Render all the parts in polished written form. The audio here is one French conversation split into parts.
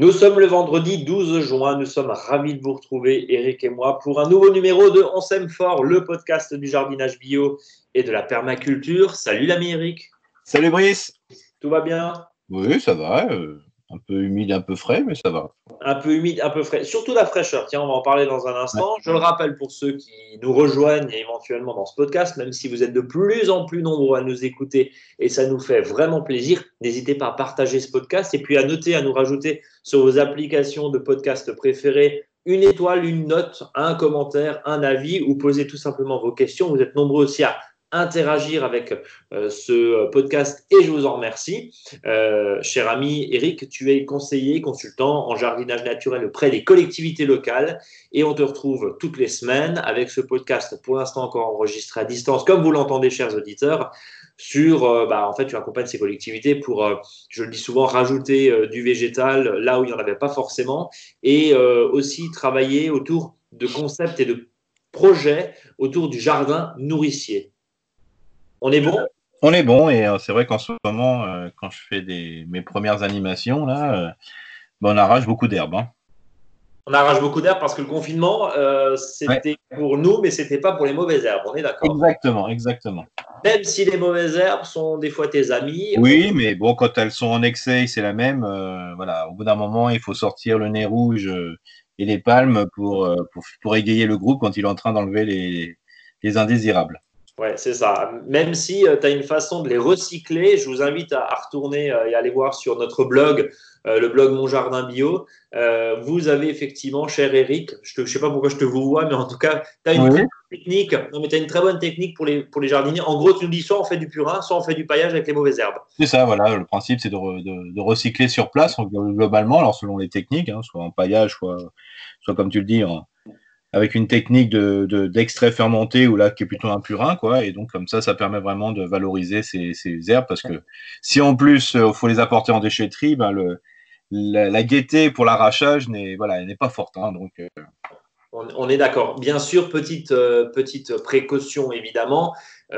Nous sommes le vendredi 12 juin, nous sommes ravis de vous retrouver, Eric et moi, pour un nouveau numéro de On s'aime fort, le podcast du jardinage bio et de la permaculture. Salut l'ami Eric. Salut Brice. Tout va bien? Oui, ça va. Un peu humide, un peu frais, mais ça va. Un peu humide, un peu frais, surtout la fraîcheur. Tiens, on va en parler dans un instant. Ouais. Je le rappelle pour ceux qui nous rejoignent éventuellement dans ce podcast, même si vous êtes de plus en plus nombreux à nous écouter et ça nous fait vraiment plaisir, n'hésitez pas à partager ce podcast et puis à noter, à nous rajouter sur vos applications de podcast préférées une étoile, une note, un commentaire, un avis ou posez tout simplement vos questions. Vous êtes nombreux aussi à interagir avec ce podcast et je vous en remercie. Cher ami Eric, tu es conseiller, consultant en jardinage naturel auprès des collectivités locales et on te retrouve toutes les semaines avec ce podcast pour l'instant encore enregistré à distance, comme vous l'entendez chers auditeurs, sur, en fait, tu accompagnes ces collectivités pour, je le dis souvent, rajouter du végétal là où il n'y en avait pas forcément et aussi travailler autour de concepts et de projets autour du jardin nourricier. On est bon? On est bon et c'est vrai qu'en ce moment, quand je fais mes premières animations, là, on arrache beaucoup d'herbes. Hein. On arrache beaucoup d'herbes parce que le confinement, c'était pour nous, mais c'était pas pour les mauvaises herbes. On est d'accord? Exactement. Même si les mauvaises herbes sont des fois tes amis. Oui, mais bon, quand elles sont en excès, c'est la même. Voilà, au bout d'un moment, il faut sortir le nez rouge et les palmes pour égayer le groupe quand il est en train d'enlever les indésirables. Ouais, c'est ça. Même si tu as une façon de les recycler, je vous invite à retourner et aller voir sur notre blog, le blog Mon Jardin Bio. Vous avez effectivement, cher Eric, je ne sais pas pourquoi je te vous vois, mais en tout cas, tu as une très bonne technique. Non, mais tu as une très bonne technique pour les jardiniers. En gros, tu nous dis soit on fait du purin, soit on fait du paillage avec les mauvaises herbes. C'est ça, voilà. Le principe, c'est de recycler sur place globalement, alors selon les techniques, hein, soit en paillage, soit comme tu le dis, avec une technique d'extrait fermenté ou là qui est plutôt un purin, quoi. Et donc comme ça permet vraiment de valoriser ces herbes parce que si en plus il faut les apporter en déchetterie, la gaieté pour l'arrachage n'est pas forte. Hein, donc on est d'accord. Bien sûr, petite précaution évidemment.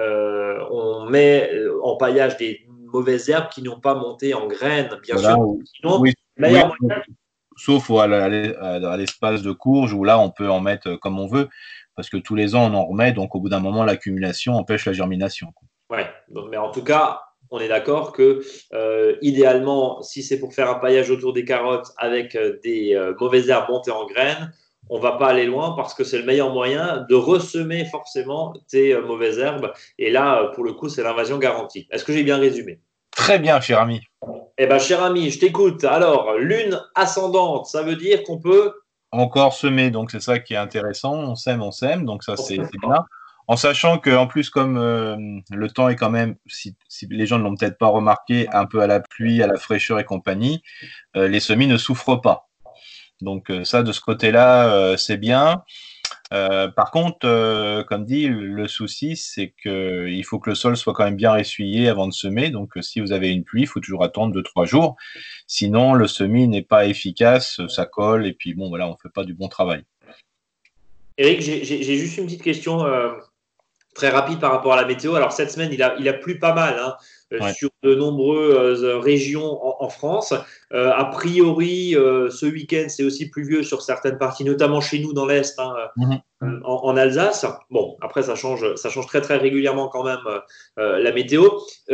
On met en paillage des mauvaises herbes qui n'ont pas monté en graines, bien sûr. Sinon, meilleur moyen. Sauf à l'espace de courge où là, on peut en mettre comme on veut, parce que tous les ans, on en remet, donc au bout d'un moment, l'accumulation empêche la germination. Ouais, mais en tout cas, on est d'accord que idéalement, si c'est pour faire un paillage autour des carottes avec des mauvaises herbes montées en graines, on ne va pas aller loin parce que c'est le meilleur moyen de ressemer forcément tes mauvaises herbes. Et là, pour le coup, c'est l'invasion garantie. Est-ce que j'ai bien résumé? Très bien, cher ami. Eh bien, cher ami, je t'écoute. Alors, lune ascendante, ça veut dire qu'on peut… Encore semer, donc c'est ça qui est intéressant. On sème, donc ça c'est bien. En sachant qu'en plus, comme le temps est quand même, si les gens ne l'ont peut-être pas remarqué, un peu à la pluie, à la fraîcheur et compagnie, les semis ne souffrent pas. Donc ça, de ce côté-là, c'est bien. Par contre, comme dit, le souci, c'est qu'il faut que le sol soit quand même bien essuyé avant de semer. Donc, si vous avez une pluie, il faut toujours attendre 2-3 jours. Sinon, le semis n'est pas efficace, ça colle et puis bon, voilà, on ne fait pas du bon travail. Eric, j'ai juste une petite question très rapide par rapport à la météo. Alors, cette semaine, il a plu pas mal sur de nombreuses régions en France. A priori, ce week-end, c'est aussi pluvieux sur certaines parties, notamment chez nous dans l'Est, en Alsace. Bon, après, ça change très, très régulièrement quand même la météo.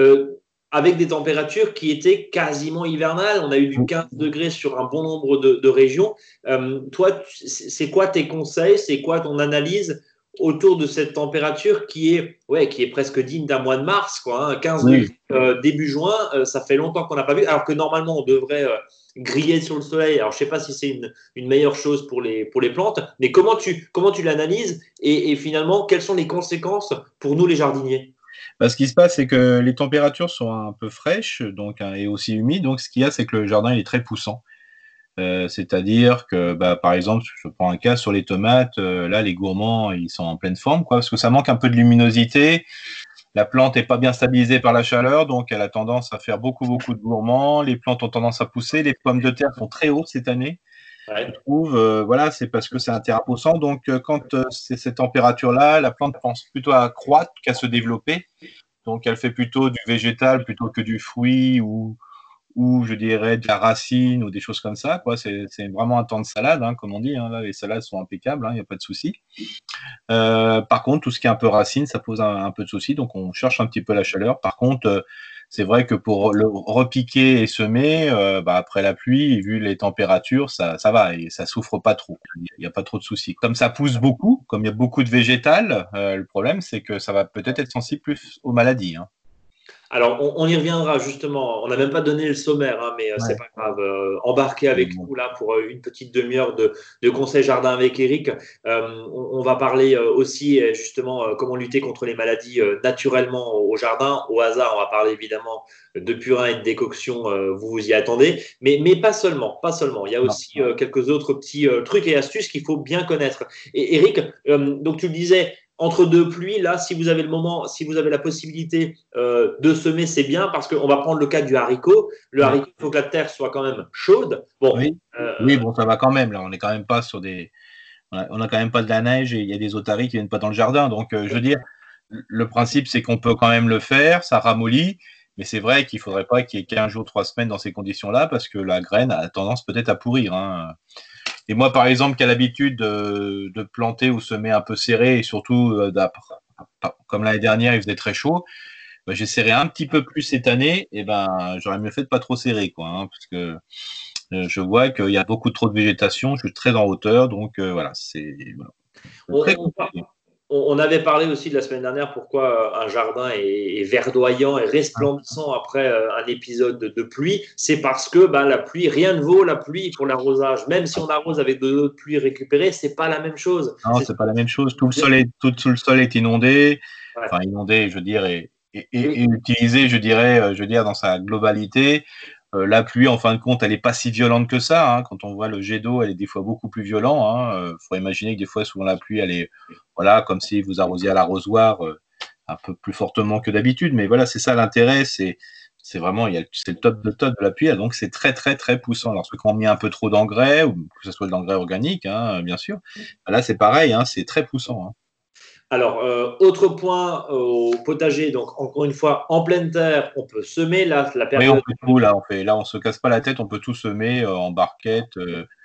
Avec des températures qui étaient quasiment hivernales. On a eu du 15 degrés sur un bon nombre de régions. Toi, c'est quoi tes conseils? C'est quoi ton analyse autour de cette température qui est presque digne d'un mois de mars, quoi, hein, 15 degrés début juin, ça fait longtemps qu'on n'a pas vu, alors que normalement on devrait griller sur le soleil. Alors je sais pas si c'est une meilleure chose pour les plantes, mais comment tu l'analyses et finalement quelles sont les conséquences pour nous les jardiniers? Ce qui se passe, c'est que les températures sont un peu fraîches donc, et aussi humides, donc ce qu'il y a, c'est que le jardin il est très poussant. C'est-à-dire que, par exemple, je prends un cas sur les tomates, là, les gourmands, ils sont en pleine forme, quoi, parce que ça manque un peu de luminosité. La plante n'est pas bien stabilisée par la chaleur, donc elle a tendance à faire beaucoup de gourmands. Les plantes ont tendance à pousser. Les pommes de terre sont très hautes cette année. Je trouve, c'est parce que c'est un terrain poussant. Donc, quand c'est cette température-là, la plante pense plutôt à croître qu'à se développer. Donc, elle fait plutôt du végétal plutôt que du fruit ou ou je dirais de la racine ou des choses comme ça, quoi. C'est vraiment un temps de salade, hein, comme on dit, hein. Là, les salades sont impeccables, il n'y a pas de souci. Par contre, tout ce qui est un peu racine, ça pose un peu de souci, donc on cherche un petit peu la chaleur. Par contre, c'est vrai que pour le repiquer et semer, après la pluie, vu les températures, ça va et ça souffre pas trop. Il n'y a pas trop de soucis. Comme ça pousse beaucoup, comme il y a beaucoup de végétal, le problème, c'est que ça va peut-être être sensible plus aux maladies, hein. Alors, on y reviendra justement. On n'a même pas donné le sommaire, hein, mais c'est pas grave. Embarquez avec nous là pour une petite demi-heure de conseil jardin avec Eric. On va parler aussi justement comment lutter contre les maladies naturellement au jardin. Au hasard, on va parler évidemment de purin et de décoction. Vous vous y attendez, mais pas seulement, pas seulement. Il y a aussi quelques autres petits trucs et astuces qu'il faut bien connaître. Et Eric, donc tu le disais. Entre deux pluies, là, si vous avez le moment, si vous avez la possibilité de semer, c'est bien parce qu'on va prendre le cas du haricot. Le haricot, il faut que la terre soit quand même chaude. Bon, oui, bon, ça va quand même. Là, on n'est quand même pas sur des. On a quand même pas de la neige et il y a des otaries qui viennent pas dans le jardin. Donc, je veux dire, le principe, c'est qu'on peut quand même le faire. Ça ramollit. Mais c'est vrai qu'il faudrait pas qu'il y ait 15 jours, 3 semaines dans ces conditions-là parce que la graine a tendance peut-être à pourrir, hein. Et moi, par exemple, qui a l'habitude de planter ou semer un peu serré, et surtout, comme l'année dernière, il faisait très chaud, j'ai serré un petit peu plus cette année, et j'aurais mieux fait de pas trop serrer, quoi, hein, parce que je vois qu'il y a beaucoup trop de végétation, je suis très en hauteur, donc voilà, c'est très compliqué. On avait parlé aussi de la semaine dernière pourquoi un jardin est verdoyant et resplendissant après un épisode de pluie. C'est parce que la pluie, rien ne vaut la pluie pour l'arrosage. Même si on arrose avec de l'eau de pluie récupérée, c'est pas la même chose. Non, c'est pas la même chose. Tout le sol est inondé, enfin inondé, je veux dire, et utilisé, je dirais, dans sa globalité. La pluie, en fin de compte, elle n'est pas si violente que ça, hein. Quand on voit le jet d'eau, elle est des fois beaucoup plus violente, hein. Faut imaginer que des fois, souvent la pluie, elle est, voilà, comme si vous arrosiez à l'arrosoir, un peu plus fortement que d'habitude. Mais voilà, c'est ça l'intérêt, c'est vraiment, c'est le top de la pluie, donc c'est très très très poussant. Lorsque quand on met un peu trop d'engrais, ou que ce soit de l'engrais organique, hein, bien sûr, là c'est pareil, hein, c'est très poussant, hein. Alors, autre point au potager, donc encore une fois, en pleine terre, on peut semer la période. Oui, on peut tout, là, on se casse pas la tête, on peut tout semer en barquette,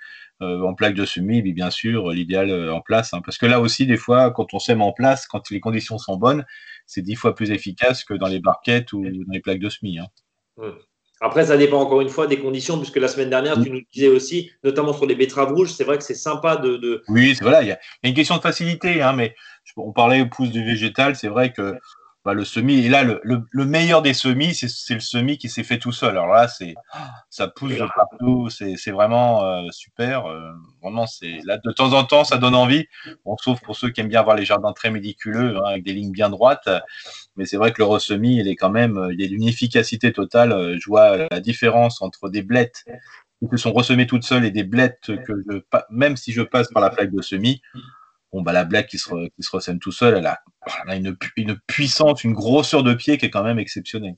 en plaque de semis, bien sûr, l'idéal en place, hein, parce que là aussi, des fois, quand on sème en place, quand les conditions sont bonnes, c'est 10 fois plus efficace que dans les barquettes ou dans les plaques de semis, hein. Après, ça dépend encore une fois des conditions, puisque la semaine dernière, tu nous disais aussi, notamment sur les betteraves rouges, c'est vrai que c'est sympa de... Oui, c'est voilà, il y a une question de facilité, hein, mais on parlait au pouce du végétal, c'est vrai que le semis, et là, le meilleur des semis, c'est le semis qui s'est fait tout seul. Alors là, ça pousse de partout, c'est vraiment super. Vraiment, là, de temps en temps, ça donne envie. Bon, sauf pour ceux qui aiment bien avoir les jardins très médiculeux, hein, avec des lignes bien droites. Mais c'est vrai que le ressemis, il est d'une efficacité totale. Je vois la différence entre des blettes qui sont ressemées toutes seules et des blettes même si je passe par la plaque de semis, la blette qui se ressème tout seul, elle a une puissance, une grosseur de pied qui est quand même exceptionnelle.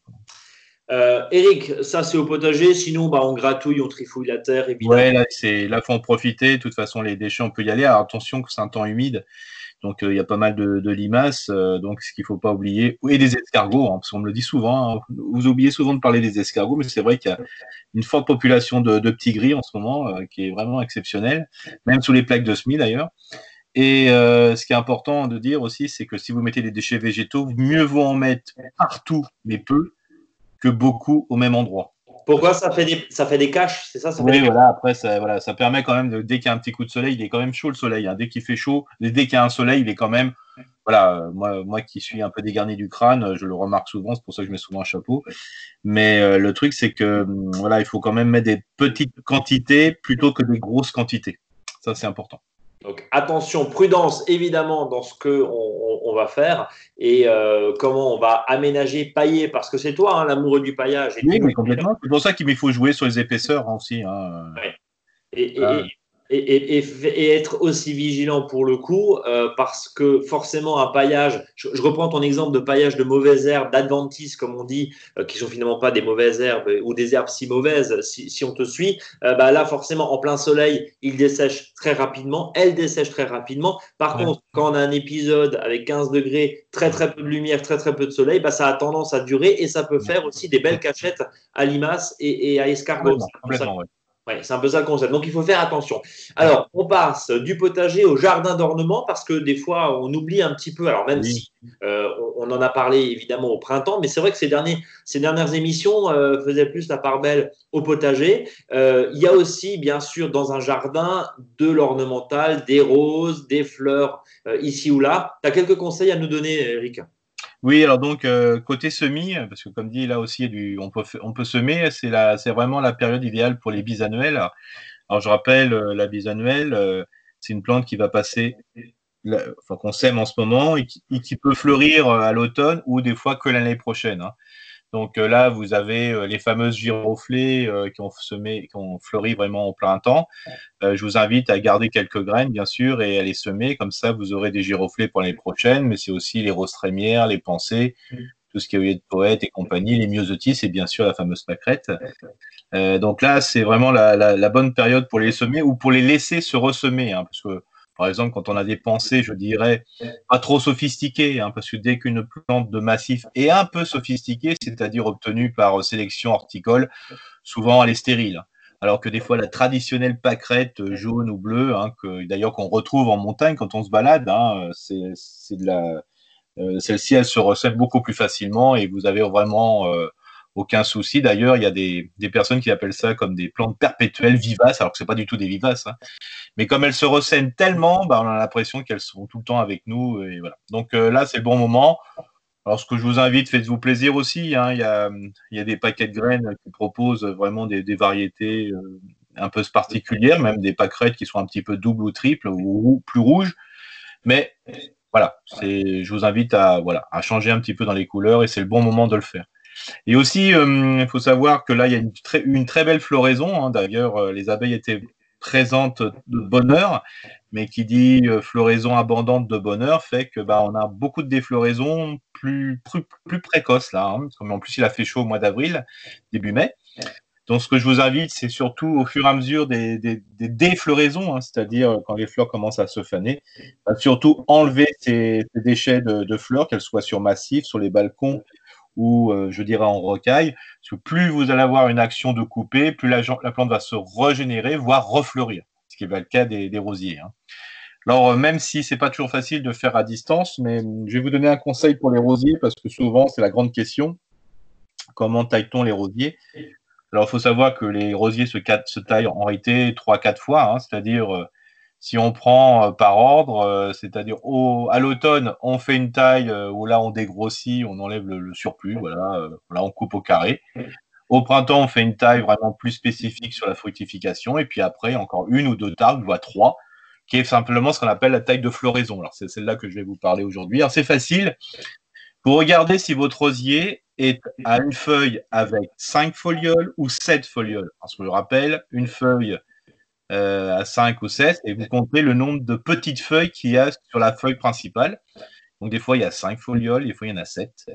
Eric, ça c'est au potager, sinon on gratouille, on trifouille la terre, évidemment. Ouais, là faut en profiter. De toute façon, les déchets, on peut y aller. Alors, attention que c'est un temps humide, donc il y a pas mal de limaces, donc ce qu'il faut pas oublier, et des escargots, hein, parce qu'on me le dit souvent, hein. Vous oubliez souvent de parler des escargots, mais c'est vrai qu'il y a une forte population de petits gris en ce moment, qui est vraiment exceptionnelle, même sous les plaques de semis d'ailleurs. Et ce qui est important de dire aussi, c'est que si vous mettez des déchets végétaux, mieux vaut en mettre partout, mais peu, que beaucoup au même endroit. Pourquoi ça fait des caches, c'est ça, oui, voilà, après, ça permet quand même, dès qu'il y a un petit coup de soleil, il est quand même chaud le soleil, hein. Dès qu'il fait chaud, dès qu'il y a un soleil, il est quand même, voilà, moi qui suis un peu dégarni du crâne, je le remarque souvent, c'est pour ça que je mets souvent un chapeau. Mais le truc, c'est que, voilà, il faut quand même mettre des petites quantités plutôt que des grosses quantités. Ça, c'est important. Donc attention, prudence évidemment dans ce qu'on va faire et comment on va aménager, pailler, parce que c'est toi l'amoureux du paillage. Oui, mais complètement. C'est pour ça qu'il faut jouer sur les épaisseurs, hein, aussi, hein. Ouais. Et et être aussi vigilant pour le coup, parce que forcément un paillage, je reprends ton exemple de paillage de mauvaises herbes, d'adventices comme on dit, qui sont finalement pas des mauvaises herbes ou des herbes si mauvaises, si on te suit, bah là forcément en plein soleil, il dessèche très rapidement, elle dessèche très rapidement. Par contre, quand on a un épisode avec 15 degrés, très très peu de lumière, très très peu de soleil, bah ça a tendance à durer et ça peut faire aussi des belles cachettes à limaces et à escargots. Complètement, ouais. Ouais, c'est un peu ça le concept. Donc, il faut faire attention. Alors, on passe du potager au jardin d'ornement parce que des fois, on oublie un petit peu. Alors, même si on en a parlé évidemment au printemps, mais c'est vrai que ces dernières émissions faisaient plus la part belle au potager. Il y a aussi, bien sûr, dans un jardin, de l'ornemental, des roses, des fleurs ici ou là. Tu as quelques conseils à nous donner, Eric? Oui, alors donc côté semis, parce que comme dit là aussi on peut semer, c'est vraiment la période idéale pour les bisannuelles. Alors je rappelle la bisannuelle, c'est une plante qui va passer, enfin qu'on sème en ce moment et qui peut fleurir à l'automne ou des fois que l'année prochaine, hein. Donc là, vous avez les fameuses giroflées qui ont fleuri vraiment au printemps. Je vous invite à garder quelques graines, bien sûr, et à les semer. Comme ça, vous aurez des giroflées pour l'année prochaine, mais c'est aussi les roses trémières, les pensées, tout ce qui est œillet de poète et compagnie, les myosotis et bien sûr la fameuse pâquerette. Donc là, c'est vraiment la bonne période pour les semer ou pour les laisser se ressemer, hein, parce que par exemple, quand on a des pensées, je dirais, pas trop sophistiquées, hein, parce que dès qu'une plante de massif est un peu sophistiquée, c'est-à-dire obtenue par sélection horticole, souvent elle est stérile. Alors que des fois, la traditionnelle pâquerette jaune ou bleue, hein, d'ailleurs qu'on retrouve en montagne quand on se balade, hein, c'est de la, celle-ci, elle se recèle beaucoup plus facilement et vous avez vraiment aucun souci. D'ailleurs, il y a des personnes qui appellent ça comme des plantes perpétuelles vivaces, alors que c'est pas du tout des vivaces, hein. Mais comme elles se recèlent tellement, bah, on a l'impression qu'elles sont tout le temps avec nous. Et voilà. Donc là, c'est le bon moment. Alors, ce que je vous invite, faites-vous plaisir aussi, hein. Il y a des paquets de graines qui proposent vraiment des variétés un peu particulières, même des pâquerettes qui sont un petit peu doubles ou triples ou plus rouges. Mais voilà, je vous invite à changer un petit peu dans les couleurs et c'est le bon moment de le faire. Et aussi, il faut savoir que là, il y a une très belle floraison, hein. D'ailleurs, les abeilles étaient présentes de bonne heure, mais qui dit floraison abondante de bonne heure fait que bah, on a beaucoup de défloraisons plus précoces là, hein. Comme en plus il a fait chaud au mois d'avril, début mai. Donc, ce que je vous invite, c'est surtout au fur et à mesure des défloraisons, hein, c'est-à-dire quand les fleurs commencent à se faner, surtout enlever ces déchets de fleurs, qu'elles soient sur massif, sur les balcons ou je dirais en rocaille. Parce que plus vous allez avoir une action de couper, plus la plante va se régénérer, voire refleurir, ce qui va être le cas des rosiers, hein. Alors, même si c'est pas toujours facile de faire à distance, mais je vais vous donner un conseil pour les rosiers, parce que souvent, c'est la grande question. Comment taille-t-on les rosiers? Alors, il faut savoir que les rosiers se taillent en réalité 3-4 fois, hein, c'est-à-dire, si on prend par ordre, c'est-à-dire à l'automne, on fait une taille où là, on dégrossit, on enlève le surplus, voilà, là, on coupe au carré. Au printemps, on fait une taille vraiment plus spécifique sur la fructification, et puis après, encore une ou deux tailles, voire trois, qui est simplement ce qu'on appelle la taille de floraison. Alors, c'est celle-là que je vais vous parler aujourd'hui. Alors, c'est facile. Vous regardez si votre rosier est à une feuille avec 5 folioles ou 7 folioles. Parce que je rappelle, une feuille à 5 ou 7, et vous comptez le nombre de petites feuilles qu'il y a sur la feuille principale. Donc, des fois, il y a 5 folioles, des fois, il y en a 7.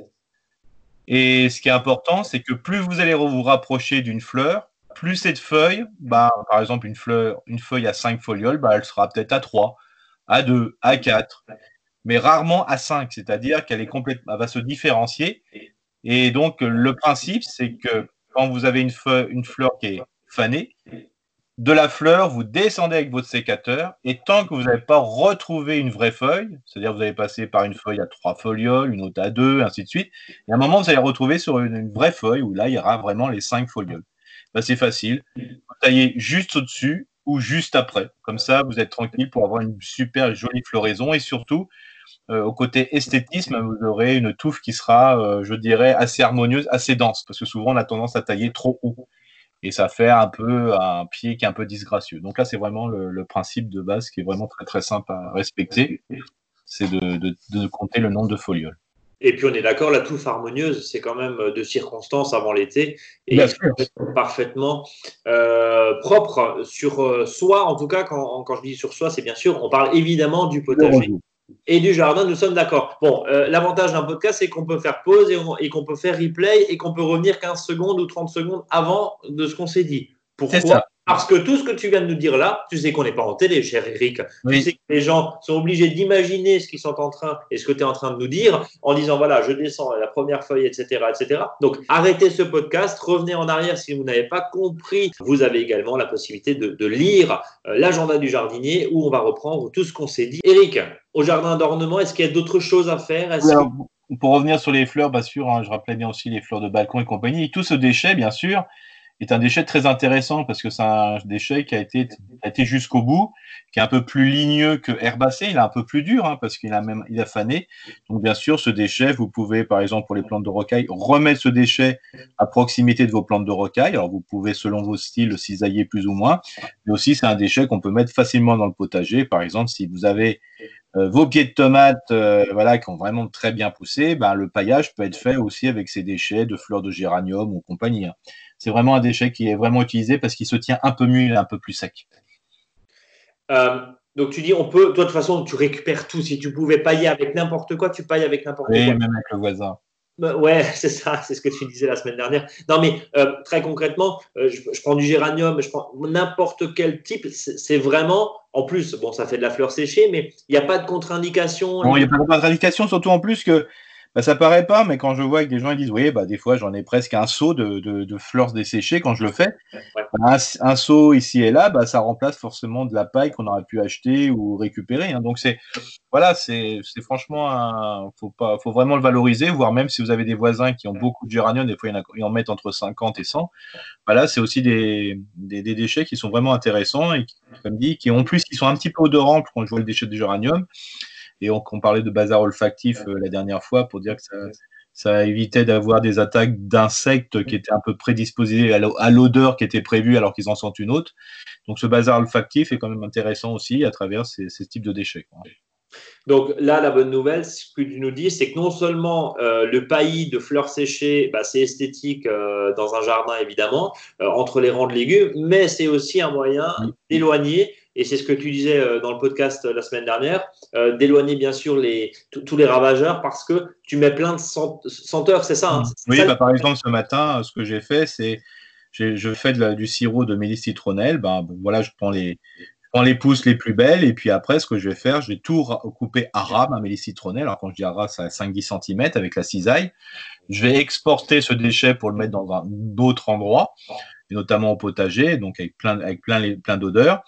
Et ce qui est important, c'est que plus vous allez vous rapprocher d'une fleur, plus cette feuille, bah, par exemple, une feuille à 5 folioles, bah, elle sera peut-être à 3, à 2, à 4, mais rarement à 5, c'est-à-dire qu'elle elle va se différencier. Et donc, le principe, c'est que quand vous avez une fleur qui est fanée, de la fleur, vous descendez avec votre sécateur, et tant que vous n'avez pas retrouvé une vraie feuille, c'est-à-dire vous allez passer par une feuille à 3 folioles, une autre à 2, ainsi de suite, et à un moment, vous allez retrouver sur une vraie feuille où là, il y aura vraiment les 5 folioles. Ben, c'est facile. Vous taillez juste au-dessus ou juste après. Comme ça, vous êtes tranquille pour avoir une super jolie floraison, et surtout, au côté esthétisme, vous aurez une touffe qui sera, je dirais, assez harmonieuse, assez dense, parce que souvent, on a tendance à tailler trop haut. Et ça fait un peu un pied qui est un peu disgracieux. Donc là, c'est vraiment le principe de base qui est vraiment très très simple à respecter, c'est de compter le nombre de folioles. Et puis on est d'accord, la touffe harmonieuse, c'est quand même de circonstance avant l'été et Bien il sûr. faut être parfaitement propre sur soi. En tout cas, quand je dis sur soi, c'est bien sûr, on parle évidemment du Le potager revue. et du jardin, nous sommes d'accord. Bon, l'avantage d'un podcast, c'est qu'on peut faire pause et qu'on peut faire replay et qu'on peut revenir 15 secondes ou 30 secondes avant de ce qu'on s'est dit. C'est Pourquoi? ça. Parce que tout ce que tu viens de nous dire là, tu sais qu'on n'est pas en télé, cher Eric. Tu sais Oui. que les gens sont obligés d'imaginer ce qu'ils sont en train et ce que tu es en train de nous dire en disant voilà, je descends la première feuille, etc., etc. Donc, arrêtez ce podcast, revenez en arrière si vous n'avez pas compris. Vous avez également la possibilité de lire l'agenda du jardinier où on va reprendre tout ce qu'on s'est dit. Eric, au jardin d'ornement, est-ce qu'il y a d'autres choses à faire? Alors, pour revenir sur les fleurs, bien sûr, hein, je rappelais bien aussi les fleurs de balcon et compagnie. Et tout ce déchet, bien sûr, est un déchet très intéressant parce que c'est un déchet qui a été jusqu'au bout, qui est un peu plus ligneux que herbacé. Il est un peu plus dur hein, parce qu'il a fané. Donc, bien sûr, ce déchet, vous pouvez, par exemple, pour les plantes de rocaille, remettre ce déchet à proximité de vos plantes de rocaille. Alors, vous pouvez, selon vos styles, le cisailler plus ou moins. Mais aussi, c'est un déchet qu'on peut mettre facilement dans le potager. Par exemple, si vous avez vos pieds de tomates voilà, qui ont vraiment très bien poussé, ben, le paillage peut être fait aussi avec ces déchets de fleurs de géranium ou compagnie. Hein. C'est vraiment un déchet qui est vraiment utilisé parce qu'il se tient un peu mieux, il est un peu plus sec. Euh, donc tu dis on peut, toi de toute façon tu récupères tout. Si tu pouvais pailler avec n'importe quoi, tu pailles avec n'importe Et quoi. même avec le voisin. Ouais, c'est ça, c'est ce que tu disais la semaine dernière. Non, mais très concrètement, je prends du géranium, je prends n'importe quel type. C'est vraiment, en plus, bon, ça fait de la fleur séchée, mais il n'y a pas de contre-indication. Non, il n'y a pas de contre-indication, surtout en plus que bah, ça paraît pas, mais quand je vois que des gens ils disent oui, bah, des fois j'en ai presque un seau de fleurs desséchées quand je le fais. Ouais. Un seau ici et là, bah, ça remplace forcément de la paille qu'on aurait pu acheter ou récupérer. Hein. Donc voilà, c'est franchement faut vraiment le valoriser, voire même si vous avez des voisins qui ont beaucoup de géranium, des fois ils en mettent entre 50 et 100. Voilà, c'est aussi des déchets qui sont vraiment intéressants et qui, comme dit, qui en plus qui sont un petit peu odorants quand je vois le déchet de géranium. Et on parlait de bazar olfactif la dernière fois pour dire que ça évitait d'avoir des attaques d'insectes qui étaient un peu prédisposés à l'odeur qui était prévue alors qu'ils en sentent une autre. Donc ce bazar olfactif est quand même intéressant aussi à travers ces types de déchets. Quoi. Donc là, la bonne nouvelle, ce que tu nous dis, c'est que non seulement le paillis de fleurs séchées, bah, c'est esthétique dans un jardin, évidemment, entre les rangs de légumes, mais c'est aussi un moyen d'éloigner, et c'est ce que tu disais dans le podcast la semaine dernière, d'éloigner bien sûr tous les ravageurs parce que tu mets plein de senteurs, c'est ça, hein, Oui, ça, bah, par exemple, ce matin, ce que j'ai fait, c'est je fais du sirop de mélisse citronnelle. Ben, voilà, je prends les pousses les plus belles et puis après, ce que je vais faire, je vais tout couper à ras, ma mélisse citronnelle. Alors, quand je dis à ras, c'est à 5-10 cm avec la cisaille. Je vais exporter ce déchet pour le mettre dans un autre endroit, et notamment au potager, donc avec plein d'odeurs.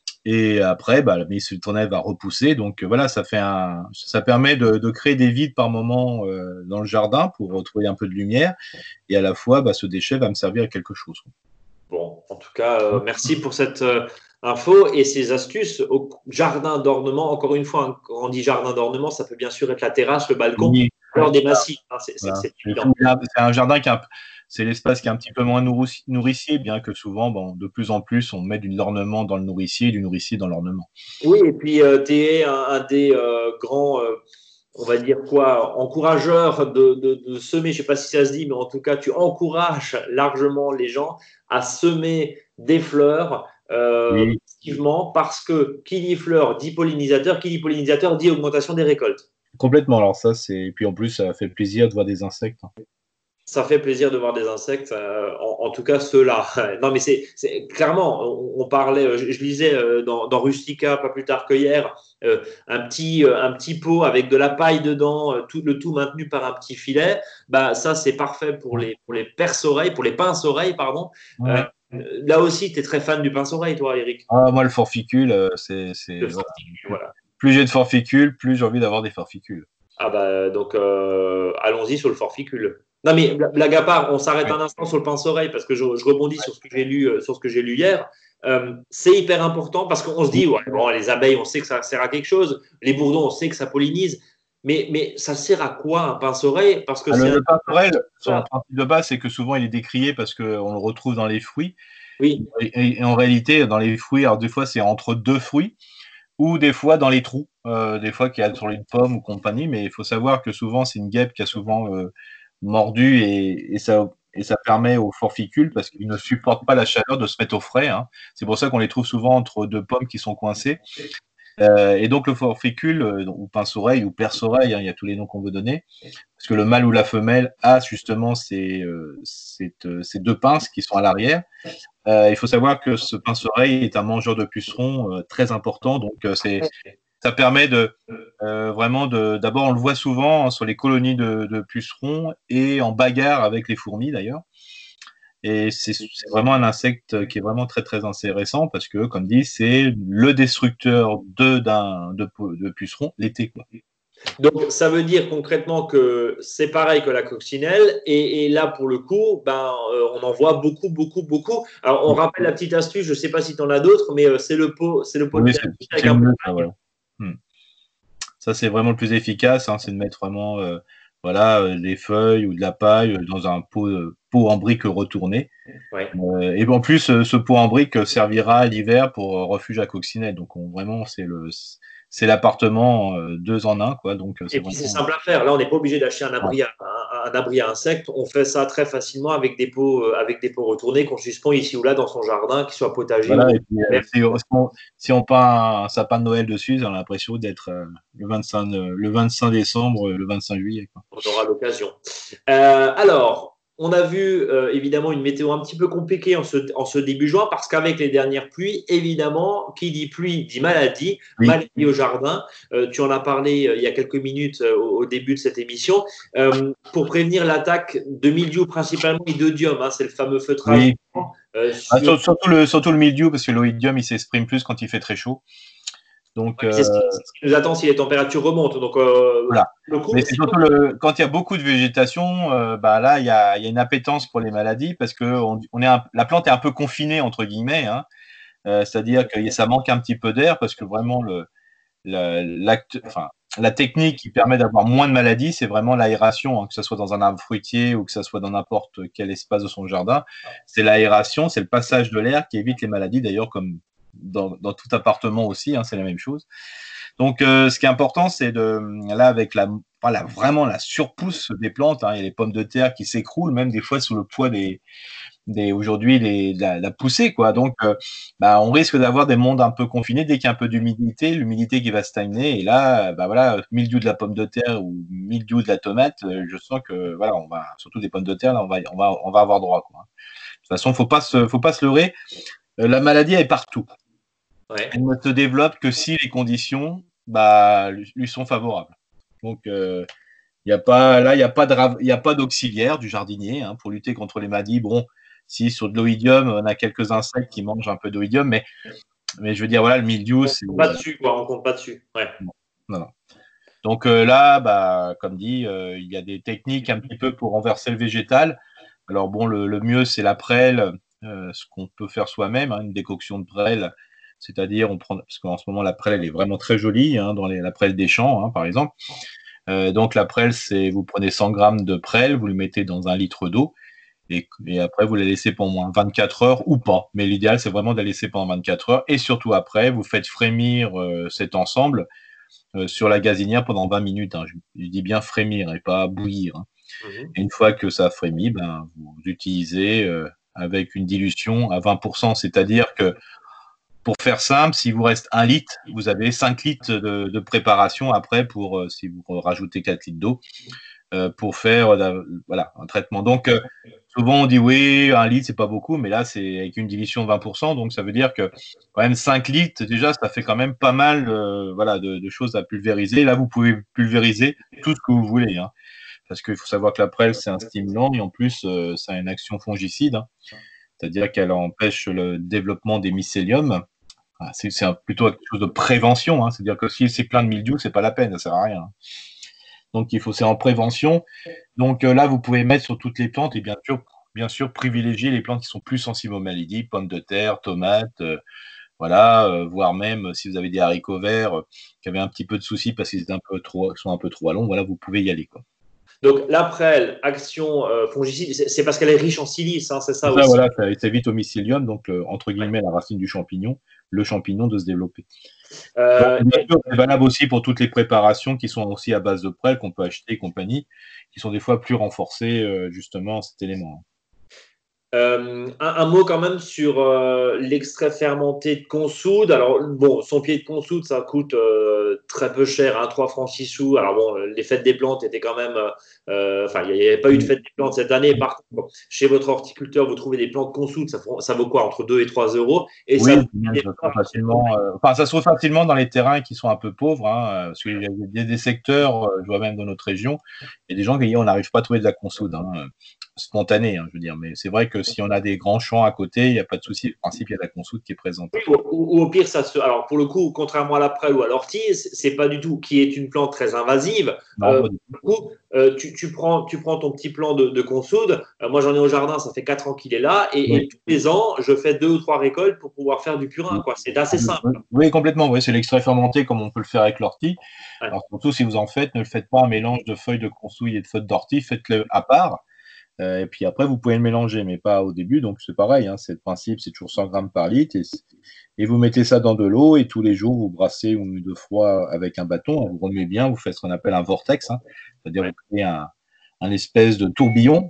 Et après, bah, la mélisse citronnelle va repousser. Donc voilà, ça permet de créer des vides par moment dans le jardin pour retrouver un peu de lumière. Et à la fois, bah, ce déchet va me servir à quelque chose. bon, en tout cas, merci pour cette info et ces astuces au jardin d'ornement. Encore une fois, quand on dit jardin d'ornement, ça peut bien sûr être la terrasse, le balcon, Oui, alors des massifs. Hein, voilà. c'est évident. C'est un jardin c'est l'espace qui est un petit peu moins nourricier, bien que souvent, bon, de plus en plus, on met de l'ornement dans le nourricier et du nourricier dans l'ornement. Oui, et puis tu es un des grands, on va dire quoi, encourageurs de semer, je ne sais pas si ça se dit, mais en tout cas, tu encourages largement les gens à semer des fleurs Oui, activement parce que qui dit fleurs dit pollinisateur, qui dit pollinisateur dit augmentation des récoltes. complètement. Alors ça, et puis en plus, ça fait plaisir de voir des insectes. Ça fait plaisir de voir des insectes, en tout cas ceux-là. Non, mais clairement, on parlait, je lisais dans Rustica pas plus tard que hier, un petit pot avec de la paille dedans, le tout maintenu par un petit filet. Bah, ça, c'est parfait pour les perce-oreilles, pour les pinces-oreilles, pardon. Euh, Ouais. Là aussi, tu es très fan du pince-oreille, toi, Eric. Ah, moi, le forficule, Le voilà. forticule, voilà. Plus j'ai de forficules, plus j'ai envie d'avoir des forficules. Ah bah donc allons-y sur le forficule. Non mais blague à part, on s'arrête Ouais. un instant sur le pince-oreille parce que je rebondis sur ce que j'ai lu, sur ce que j'ai lu hier. C'est hyper important parce qu'on se dit ouais bon les abeilles on sait que ça sert à quelque chose, les bourdons on sait que ça pollinise, mais ça sert à quoi un pince-oreille? Parce que c'est Le pincerel, son un... principe de base, c'est que souvent il est décrié parce qu'on le retrouve dans les fruits. Oui, Et en réalité, dans les fruits, alors des fois c'est entre deux fruits. ou des fois dans les trous, des fois qu'il y a sur une pomme ou compagnie, mais il faut savoir que souvent c'est une guêpe qui a souvent mordu et ça permet aux forficules, parce qu'ils ne supportent pas la chaleur, de se mettre au frais, hein. C'est pour ça qu'on les trouve souvent entre deux pommes qui sont coincées. Et donc le forficule, ou pince-oreille, ou perce-oreille, hein, il y a tous les noms qu'on veut donner, parce que le mâle ou la femelle a justement ces deux pinces qui sont à l'arrière. Il faut savoir que ce pince-oreille est un mangeur de pucerons très important, donc ça permet vraiment d'abord, on le voit souvent sur les colonies de pucerons et en bagarre avec les fourmis d'ailleurs. Et c'est vraiment un insecte qui est vraiment très très intéressant, parce que, comme dit, c'est le destructeur de pucerons l'été, quoi. Donc, ça veut dire concrètement que c'est pareil que la coccinelle. Et là, pour le coup, on en voit beaucoup, beaucoup, beaucoup. Alors, on rappelle la petite astuce, je ne sais pas si tu en as d'autres, mais c'est le pot Oui, de terre avec un pot. voilà. Ça, c'est vraiment le plus efficace, hein, c'est de mettre vraiment des feuilles ou de la paille dans un pot en brique retourné. Ouais. Et en plus, ce pot en brique servira l'hiver pour refuge à coccinelle. Donc, vraiment, c'est l'appartement 2 en 1, quoi. Donc, Et puis, c'est simple à faire. Là, on n'est pas obligé d'acheter un abri à insectes. On fait ça très facilement avec des pots retournés qu'on suspend ici ou là dans son jardin, qu'il soit potager. Voilà, et puis, si on peint un sapin de Noël dessus, on a l'impression d'être le 25 décembre, le 25 juillet, quoi. On aura l'occasion. Alors, on a vu évidemment une météo un petit peu compliquée en ce début juin, parce qu'avec les dernières pluies, évidemment, qui dit pluie dit maladie, Oui. maladie au jardin. Tu en as parlé il y a quelques minutes au début de cette émission. Pour prévenir l'attaque de mildiou, principalement idiodium, hein, c'est le fameux feutrage. Oui. Surtout le mildiou, parce que l'oïdium, il s'exprime plus quand il fait très chaud. Donc, c'est ce qui nous attend si les températures remontent. Donc, voilà. le coup, mais c'est surtout quand il y a beaucoup de végétation, là, il y a une appétence pour les maladies, parce que la plante est un peu confinée, entre guillemets, hein. C'est-à-dire que ça manque un petit peu d'air, parce que vraiment la technique qui permet d'avoir moins de maladies, c'est vraiment l'aération, hein, que ce soit dans un arbre fruitier ou que ce soit dans n'importe quel espace de son jardin. C'est l'aération, c'est le passage de l'air qui évite les maladies, d'ailleurs, comme dans tout appartement aussi, hein, c'est la même chose. Donc, ce qui est important, c'est là, avec vraiment la surpousse des plantes, hein, il y a les pommes de terre qui s'écroulent, même des fois sous le poids aujourd'hui, la poussée, quoi. Donc, on risque d'avoir des mondes un peu confinés dès qu'il y a un peu d'humidité, l'humidité qui va stagner. Et là, mildiou de la pomme de terre ou mildiou de la tomate, je sens que, surtout des pommes de terre, là, on va avoir droit, quoi. De toute façon, faut pas se leurrer. La maladie est partout. Ouais. Elle ne se développe que si les conditions lui sont favorables. Donc, il n'y a pas d'auxiliaire du jardinier, hein, pour lutter contre les maladies. Bon, si sur de l'oïdium, on a quelques insectes qui mangent un peu d'oïdium, mais je veux dire, voilà, le mildiou, c'est. On compte pas dessus. Ouais. Non. Donc là, comme dit, il y a des techniques un petit peu pour renverser le végétal. Alors bon, le mieux, c'est la prêle, ce qu'on peut faire soi-même, hein, une décoction de prêle. C'est-à-dire, parce qu'en ce moment, la prêle, elle est vraiment très jolie, hein, dans la prêle des champs, hein, par exemple. Donc, la prêle, vous prenez 100 grammes de prêle, vous le mettez dans 1 litre d'eau, et après, vous la laissez pendant moins 24 heures ou pas. Mais l'idéal, c'est vraiment de la laisser pendant 24 heures. Et surtout, après, vous faites frémir cet ensemble sur la gazinière pendant 20 minutes. Hein. Je dis bien frémir et pas bouillir. Hein. Et une fois que ça a frémi, vous utilisez avec une dilution à 20%. C'est-à-dire que, pour faire simple, s'il vous reste 1 litre, vous avez 5 litres de préparation après, si vous rajoutez 4 litres d'eau, pour faire un traitement. Donc, souvent on dit oui, 1 litre, c'est pas beaucoup, mais là, c'est avec une dilution de 20%. Donc, ça veut dire que quand même 5 litres, déjà, ça fait quand même pas mal de choses à pulvériser. Là, vous pouvez pulvériser tout ce que vous voulez, hein, parce qu'il faut savoir que la prêle, c'est un stimulant, et en plus, ça a une action fongicide, hein, c'est-à-dire qu'elle empêche le développement des mycéliums. C'est plutôt quelque chose de prévention, hein. C'est-à-dire que si c'est plein de mildiou, c'est pas la peine, ça sert à rien. Donc c'est en prévention. Donc là, vous pouvez mettre sur toutes les plantes, et bien sûr privilégier les plantes qui sont plus sensibles aux maladies, pommes de terre, tomates, voire même si vous avez des haricots verts qui avaient un petit peu de soucis parce qu'ils sont un peu trop longs, vous pouvez y aller, quoi. Donc, la prêle, action fongicide, c'est parce qu'elle est riche en silice, hein, c'est ça aussi. Voilà, ça évite au mycélium, donc entre guillemets la racine du champignon, le champignon, de se développer. Bien sûr, c'est valable aussi pour toutes les préparations qui sont aussi à base de prêle qu'on peut acheter et compagnie, qui sont des fois plus renforcées justement en cet élément. Un mot quand même sur l'extrait fermenté de consoude. Alors, bon, son pied de consoude, ça coûte très peu cher, hein, 3 francs 6 sous. Alors, bon, les fêtes des plantes étaient quand même. Enfin, il n'y avait pas eu de fête des plantes cette année. Par contre, chez votre horticulteur, vous trouvez des plantes consoude, ça vaut quoi? Entre 2 et 3 euros. Et Oui, ça ça se trouve facilement. Enfin, ça se trouve facilement dans les terrains qui sont un peu pauvres, hein, parce qu'il y a des secteurs, je vois même dans notre région, il y a des gens qui disent on n'arrive pas à trouver de la consoude spontanée, je veux dire. Mais c'est vrai que si on a des grands champs à côté, il n'y a pas de souci. En principe, il y a de la consoude qui est présente. Oui, ou au pire, alors pour le coup, contrairement à la prêle ou à l'ortie, c'est pas du tout, qui est une plante très invasive. Du coup, tu prends ton petit plant de consoude. Moi, j'en ai au jardin, ça fait 4 ans qu'il est là. Et tous les ans, je fais 2 ou 3 récoltes pour pouvoir faire du purin. C'est assez simple. Oui, complètement. Oui, c'est l'extrait fermenté comme on peut le faire avec l'ortie. Ouais. Alors, surtout, si vous en faites, ne le faites pas un mélange de feuilles de consouille et de feuilles d'ortie. Faites-le à part. Et puis après, vous pouvez le mélanger, mais pas au début. Donc, c'est pareil. C'est le principe, c'est toujours 100 grammes par litre. Et vous mettez ça dans de l'eau et tous les jours, vous brassez 1 ou 2 fois avec un bâton. Vous remuez bien. Vous faites ce qu'on appelle un vortex. C'est-à-dire vous créez un espèce de tourbillon.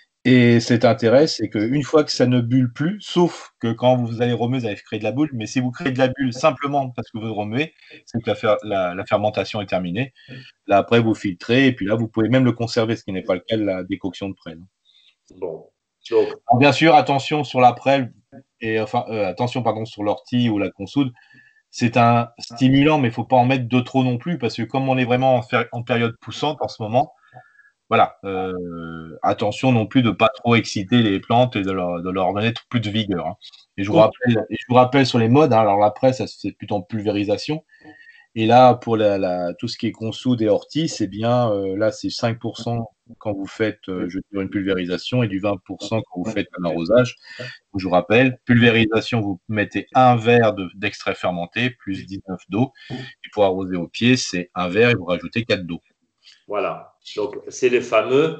Et cet intérêt, c'est qu'une fois que ça ne bulle plus, sauf que quand vous allez remuer, vous allez créer de la boule, mais si vous créez de la bulle simplement parce que vous remuez, c'est que la fermentation est terminée. Là, après, vous filtrez, et puis là, vous pouvez même le conserver, ce qui n'est pas le cas de la décoction de prêle. Bon. Donc, alors, bien sûr, attention sur la prêle, et attention, pardon, sur l'ortie ou la consoude. C'est un stimulant, mais il ne faut pas en mettre de trop non plus, parce que comme on est vraiment en période poussante en ce moment, voilà, attention non plus de ne pas trop exciter les plantes et de leur donner plus de vigueur. Et je vous rappelle sur les modes, alors après, ça c'est plutôt en pulvérisation. Et là, pour tout ce qui est consoude et ortie, c'est bien, là, c'est 5% quand vous faites, je veux dire, une pulvérisation et du 20% quand vous faites un arrosage. Donc, je vous rappelle, pulvérisation, vous mettez 1 verre d'extrait fermenté plus 19 d'eau. Et pour arroser au pied, c'est 1 verre et vous rajoutez 4 d'eau. Voilà. Donc, c'est les fameux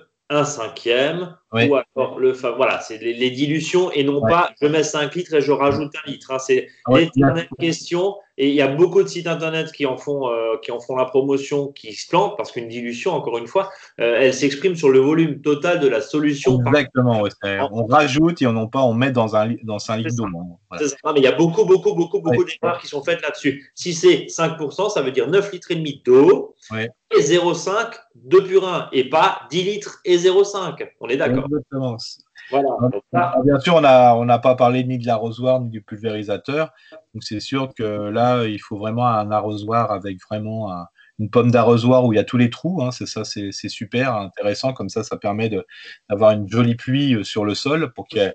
1/5. Oui. Ou alors voilà, c'est les dilutions et non pas je mets 5 litres et je rajoute 1 litre. C'est l'éternelle question. Et il y a beaucoup de sites internet qui en font la promotion, qui se plantent parce qu'une dilution, encore une fois, elle s'exprime sur le volume total de la solution. Exactement. On rajoute et on met dans un litre d'eau. Voilà. C'est ça. Mais il y a beaucoup d'erreurs qui sont faites là-dessus. Si c'est 5%, ça veut dire 9 litres et demi d'eau et 0,5 de purin et pas 10 litres et 0,5. On est d'accord. Exactement. Voilà. Alors, bien sûr, on n'a pas parlé ni de l'arrosoir ni du pulvérisateur. Donc, c'est sûr que là, il faut vraiment un arrosoir avec vraiment une pomme d'arrosoir où il y a tous les trous. C'est ça, c'est super intéressant. Comme ça permet d'avoir une jolie pluie sur le sol pour que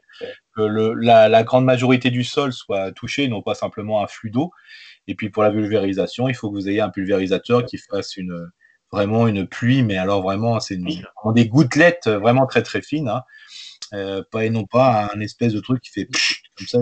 la grande majorité du sol soit touchée, non pas simplement un flux d'eau. Et puis, pour la pulvérisation, il faut que vous ayez un pulvérisateur qui fasse vraiment une pluie, mais alors vraiment, c'est des gouttelettes vraiment très, très fines. Et non pas un espèce de truc qui fait comme ça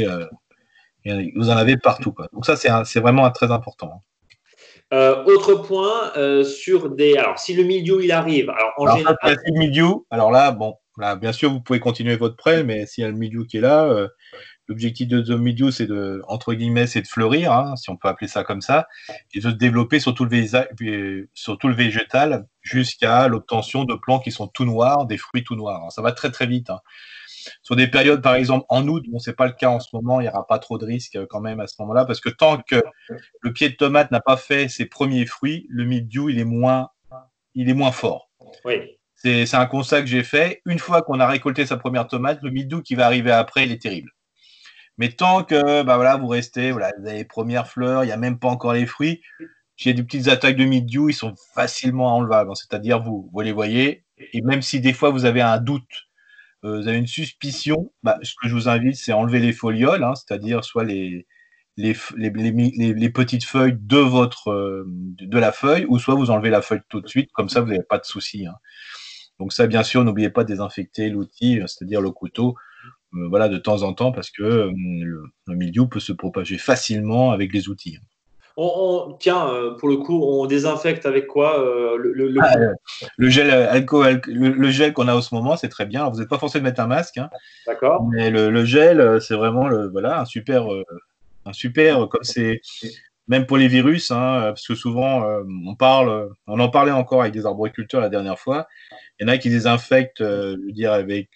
et vous en avez partout, quoi. Donc ça, c'est vraiment très important. Autre point sur alors si le milieu il arrive, alors général, si le milieu, alors là, bon, là, bien sûr, vous pouvez continuer votre prêle, mais s'il y a le milieu qui est là, l'objectif de milieu, c'est entre guillemets, c'est de fleurir, si on peut appeler ça comme ça, et de se développer sur tout le végétal jusqu'à l'obtention de plants qui sont tout noirs, des fruits tout noirs. Alors, ça va très très vite. Sur des périodes, par exemple, en août, bon, c'est pas le cas en ce moment, il n'y aura pas trop de risques quand même à ce moment-là, parce que tant que le pied de tomate n'a pas fait ses premiers fruits, le mildiou, il est moins fort. Oui. C'est un constat que j'ai fait. Une fois qu'on a récolté sa première tomate, le mildiou qui va arriver après, il est terrible. Mais tant que vous restez, vous avez les premières fleurs, il n'y a même pas encore les fruits, j'ai des petites attaques de mildiou, ils sont facilement enlevables. C'est-à-dire, vous les voyez, et même si des fois vous avez un doute, vous avez une suspicion, ce que je vous invite, c'est enlever les folioles, c'est-à-dire soit les petites feuilles de la feuille, ou soit vous enlevez la feuille tout de suite, comme ça vous n'avez pas de souci. Donc ça, bien sûr, n'oubliez pas de désinfecter l'outil, c'est-à-dire le couteau, de temps en temps, parce que le mildiou peut se propager facilement avec les outils. Tiens, pour le coup, on désinfecte avec quoi le gel alcool, le gel qu'on a en ce moment, c'est très bien. Alors, vous n'êtes pas forcé de mettre un masque. D'accord. Mais le gel, c'est vraiment un super comme c'est même pour les virus, hein, parce que souvent on en parlait encore avec des arboriculteurs la dernière fois. Il y en a qui désinfectent, je veux dire, avec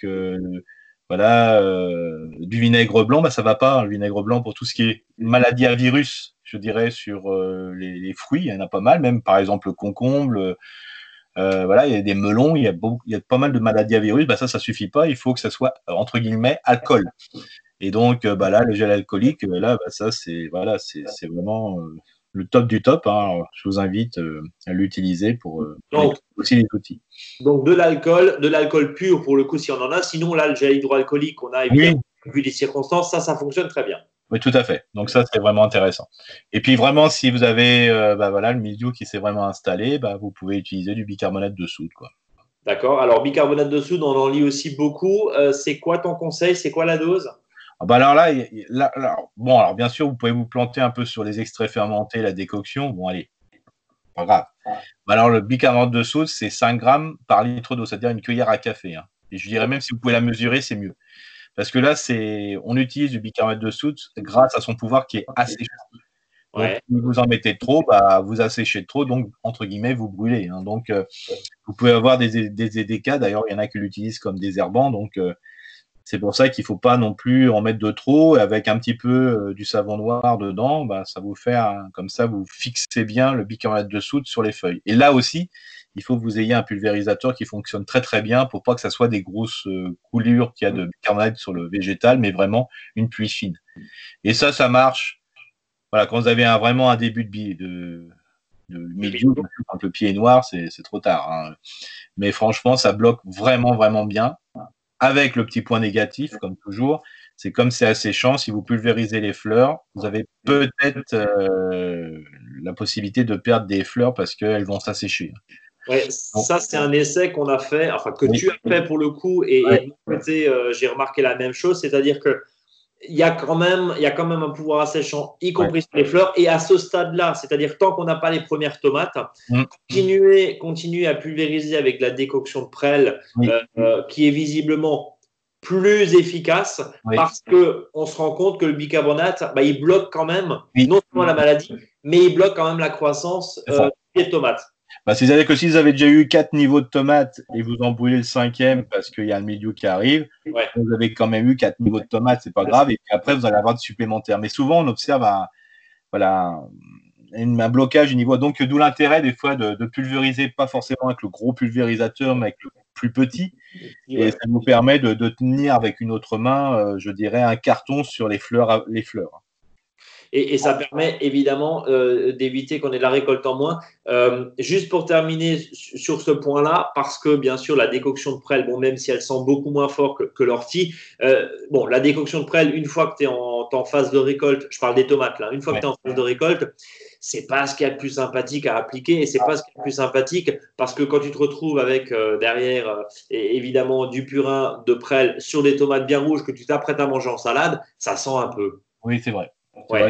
du vinaigre blanc, bah ça va pas, hein, le vinaigre blanc pour tout ce qui est maladie à virus, je dirais, sur les fruits, il y en a pas mal, même par exemple le concombre, il y a des melons, il y a pas mal de maladies à virus, bah ça suffit pas, il faut que ça soit entre guillemets alcool. Et donc là, le gel alcoolique, là, bah, ça c'est vraiment le top du top, hein. Alors, je vous invite à l'utiliser pour aussi les outils. Donc de l'alcool pur pour le coup si on en a. Sinon là, le gel hydroalcoolique, on a évidemment vu les circonstances, ça fonctionne très bien. Oui, tout à fait. Donc ça, c'est vraiment intéressant. Et puis vraiment, si vous avez le mildiou qui s'est vraiment installé, vous pouvez utiliser du bicarbonate de soude, quoi. D'accord. Alors bicarbonate de soude, on en lit aussi beaucoup. C'est quoi ton conseil? C'est quoi la dose? Alors là, alors bien sûr, vous pouvez vous planter un peu sur les extraits fermentés, la décoction. Bon, allez, pas grave. Alors le bicarbonate de soude, c'est 5 grammes par litre d'eau, c'est-à-dire une cuillère à café, hein. Et je dirais même si vous pouvez la mesurer, c'est mieux. Parce que là, on utilise du bicarbonate de soude grâce à son pouvoir qui est asséchant. Donc, si vous en mettez trop, vous asséchez trop, donc, entre guillemets, vous brûlez, hein. Donc, vous pouvez avoir des EDK. D'ailleurs, il y en a qui l'utilisent comme désherbant. Donc, c'est pour ça qu'il ne faut pas non plus en mettre de trop. Avec un petit peu du savon noir dedans, ça vous fait comme ça, vous fixez bien le bicarbonate de soude sur les feuilles. Et là aussi, il faut que vous ayez un pulvérisateur qui fonctionne très très bien pour pas que ça soit des grosses coulures qu'il y a de bicarbonate sur le végétal, mais vraiment une pluie fine. Et ça marche. Voilà, quand vous avez vraiment un début de mildiou, quand le pied est noir, c'est trop tard, hein. Mais franchement, ça bloque vraiment, vraiment bien. Avec le petit point négatif, comme toujours, c'est comme c'est asséchant, si vous pulvérisez les fleurs, vous avez peut-être la possibilité de perdre des fleurs parce qu'elles vont s'assécher. Ouais, ça c'est un essai qu'on a fait, enfin que tu as fait pour le coup, et de mon côté, j'ai remarqué la même chose, c'est-à-dire que il y a quand même un pouvoir asséchant, y compris sur les fleurs. Et à ce stade-là, c'est-à-dire tant qu'on n'a pas les premières tomates, continuer à pulvériser avec de la décoction de prêle qui est visiblement plus efficace parce qu'on se rend compte que le bicarbonate, il bloque quand même non seulement la maladie, mais il bloque quand même la croissance des tomates. C'est-à-dire que si vous avez déjà eu 4 niveaux de tomates et vous en brûlez le 5e parce qu'il y a un mildiou qui arrive, vous avez quand même eu 4 niveaux de tomates, c'est pas grave. Et puis après, vous allez avoir de supplémentaires. Mais souvent, on observe un blocage du niveau. Donc, d'où l'intérêt des fois de pulvériser, pas forcément avec le gros pulvérisateur, mais avec le plus petit. Et ça vous permet de tenir avec une autre main, je dirais, un carton sur les fleurs. Et ça permet évidemment d'éviter qu'on ait de la récolte en moins. Juste pour terminer sur ce point-là, parce que bien sûr la décoction de prêle, même si elle sent beaucoup moins fort que l'ortie, la décoction de prêle, une fois que tu es en phase de récolte, je parle des tomates là, une fois que tu es en phase de récolte, c'est pas ce qu'il y a de plus sympathique à appliquer, et c'est pas ce qu'il y a de plus sympathique parce que quand tu te retrouves avec derrière évidemment du purin de prêle sur des tomates bien rouges que tu t'apprêtes à manger en salade, ça sent un peu. Oui, c'est vrai. Moi,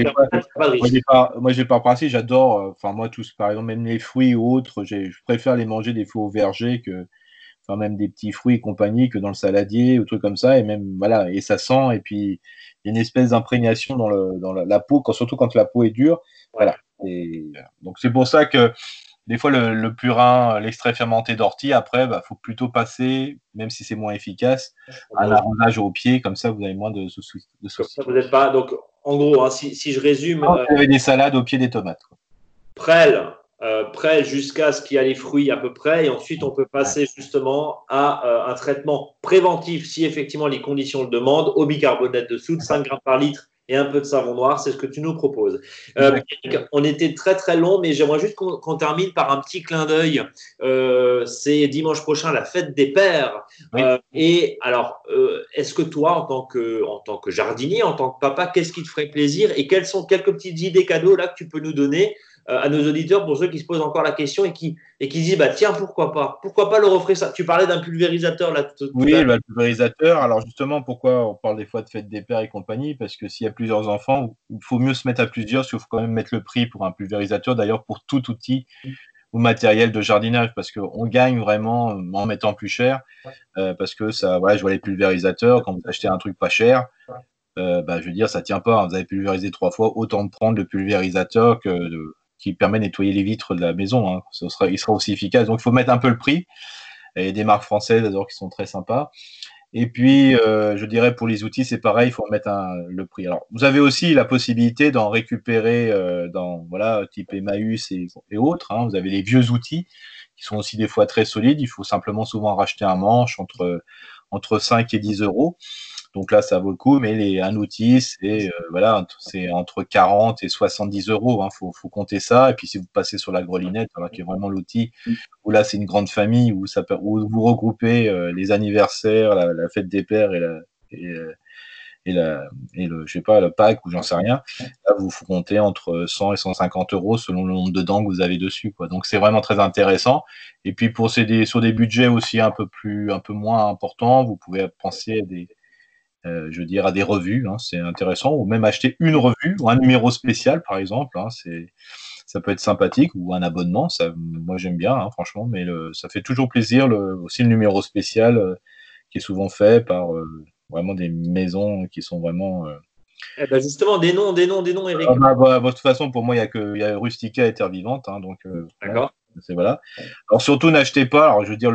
j'ai par principe, j'adore, moi, tous, par exemple, même les fruits ou autres, je préfère les manger des fois au verger même des petits fruits et compagnie que dans le saladier ou trucs comme ça. Et même, voilà, et ça sent, et puis il y a une espèce d'imprégnation dans la peau, surtout quand la peau est dure. Voilà. Et donc, c'est pour ça que des fois, le purin, l'extrait fermenté d'ortie, après, faut plutôt passer, même si c'est moins efficace, un arrosage au pied, comme ça, vous avez moins de soucis. Comme ça, vous n'êtes pas. Donc, en gros, si je résume. Vous avez des salades au pied des tomates. Prêle jusqu'à ce qu'il y a les fruits à peu près, et ensuite on peut passer justement à un traitement préventif si effectivement les conditions le demandent, au bicarbonate de soude, 5 grammes par litre et un peu de savon noir, c'est ce que tu nous proposes. On était très très long, mais j'aimerais juste qu'on termine par un petit clin d'œil. C'est dimanche prochain la fête des pères. Et alors, est-ce que toi, en tant que jardinier, en tant que papa, qu'est-ce qui te ferait plaisir et quelles sont quelques petites idées cadeaux là que tu peux nous donner à nos auditeurs, pour ceux qui se posent encore la question et qui disent tiens, pourquoi pas leur offrir ça. Tu parlais d'un pulvérisateur là tout à l'heure. Le pulvérisateur. Alors justement, pourquoi on parle des fois de fête des pères et compagnie? Parce que s'il y a plusieurs enfants, il faut mieux se mettre à plusieurs, parce qu'il faut quand même mettre le prix pour un pulvérisateur, d'ailleurs pour tout outil ou matériel de jardinage, parce qu'on gagne vraiment en mettant plus cher, parce que ça, je vois les pulvérisateurs, quand vous achetez un truc pas cher, je veux dire, ça tient pas. Vous avez pulvérisé 3 fois, autant de prendre le pulvérisateur qui permet de nettoyer les vitres de la maison. Hein. Il sera aussi efficace. Donc, il faut mettre un peu le prix. Et des marques françaises, d'ailleurs, qui sont très sympas. Et puis, je dirais pour les outils, c'est pareil, il faut mettre le prix. Alors, vous avez aussi la possibilité d'en récupérer type Emmaüs et autres. Hein. Vous avez les vieux outils qui sont aussi des fois très solides. Il faut simplement souvent racheter un manche entre 5 et 10 euros. Donc là, ça vaut le coup, mais un outil, c'est entre 40 et 70 euros. Hein. Faut compter ça. Et puis, si vous passez sur la grelinette, alors qui est vraiment l'outil où là, c'est une grande famille, où vous regroupez les anniversaires, la fête des pères le pack ou j'en sais rien. Là, vous comptez entre 100 et 150 euros selon le nombre de dents que vous avez dessus, quoi. Donc, c'est vraiment très intéressant. Et puis, sur des budgets aussi un peu moins importants, vous pouvez penser à des revues, hein, c'est intéressant, ou même acheter une revue ou un numéro spécial, par exemple, hein, ça peut être sympathique, ou un abonnement, moi j'aime bien, hein, franchement, mais ça fait toujours plaisir, aussi le numéro spécial qui est souvent fait par vraiment des maisons qui sont vraiment... justement, des noms, Eric. De toute façon, pour moi, il y a Rustica et Terre Vivante, hein, donc d'accord. Voilà. Alors surtout n'achetez pas,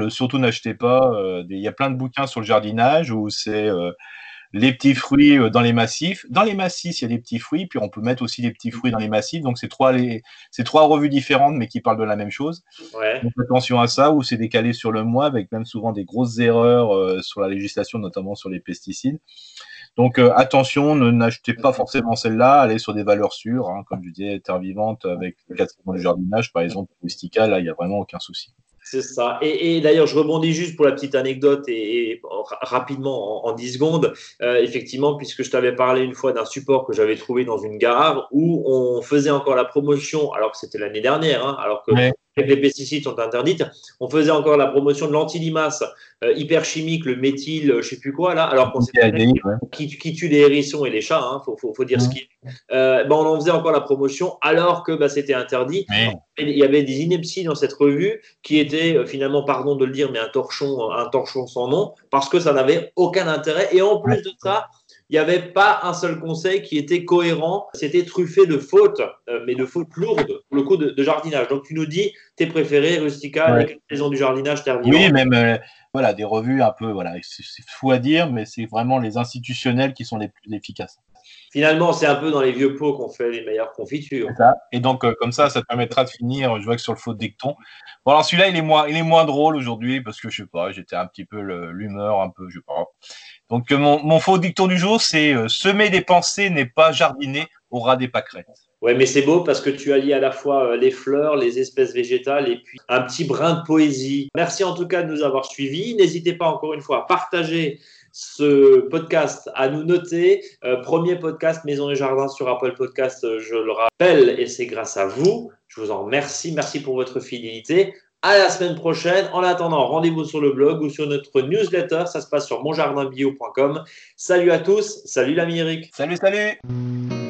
il y a plein de bouquins sur le jardinage où c'est les petits fruits dans les massifs. Dans les massifs, il y a des petits fruits, puis on peut mettre aussi des petits fruits dans les massifs. Donc, c'est trois revues différentes, mais qui parlent de la même chose. Ouais. Donc, attention à ça, où c'est décalé sur le mois, avec même souvent des grosses erreurs sur la législation, notamment sur les pesticides. Donc, attention, n'achetez pas forcément celle-là, allez sur des valeurs sûres, hein, comme je disais, Terre Vivante, avec le classement du jardinage, par exemple, Rustica, là, il n'y a vraiment aucun souci. C'est ça. Et d'ailleurs, je rebondis juste pour la petite anecdote et rapidement en 10 secondes. Effectivement, puisque je t'avais parlé une fois d'un support que j'avais trouvé dans une gare où on faisait encore la promotion, alors que c'était l'année dernière, hein, alors que les pesticides sont interdits, on faisait encore la promotion de l'antilimace hyper chimique, le méthyle, je ne sais plus quoi, là, alors qu'on sait qui tue les hérissons et les chats, hein, faut dire ce qui est. On en faisait encore la promotion alors que c'était interdit. Il y avait des inepties dans cette revue qui étaient finalement, pardon de le dire, mais un torchon sans nom, parce que ça n'avait aucun intérêt. Et en plus de ça, il n'y avait pas un seul conseil qui était cohérent. C'était truffé de fautes, mais de fautes lourdes pour le coup de jardinage. Donc, tu nous dis tes préférés, Rustica, les maisons du jardinage, Terre Vivante. Oui, même des revues un peu, c'est fou à dire, mais c'est vraiment les institutionnels qui sont les plus efficaces. Finalement, c'est un peu dans les vieux pots qu'on fait les meilleures confitures. C'est ça. Et donc, comme ça te permettra de finir. Je vois que sur le faux dicton. Bon, alors celui-là, il est moins drôle aujourd'hui parce que je sais pas, j'étais un petit peu l'humeur, un peu, je sais pas. Donc, mon faux dicton du jour, c'est semer des pensées n'est pas jardiner au ras des pâquerettes. Ouais, mais c'est beau parce que tu allies à la fois les fleurs, les espèces végétales et puis un petit brin de poésie. Merci en tout cas de nous avoir suivis. N'hésitez pas encore une fois à partager ce podcast, à nous noter. Premier podcast Maison et Jardin sur Apple Podcast, je le rappelle, et c'est grâce à vous. Je vous en remercie. Merci pour votre fidélité. À la semaine prochaine. En attendant, rendez-vous sur le blog ou sur notre newsletter. Ça se passe sur monjardinbio.com. Salut à tous. Salut l'ami Eric. Salut.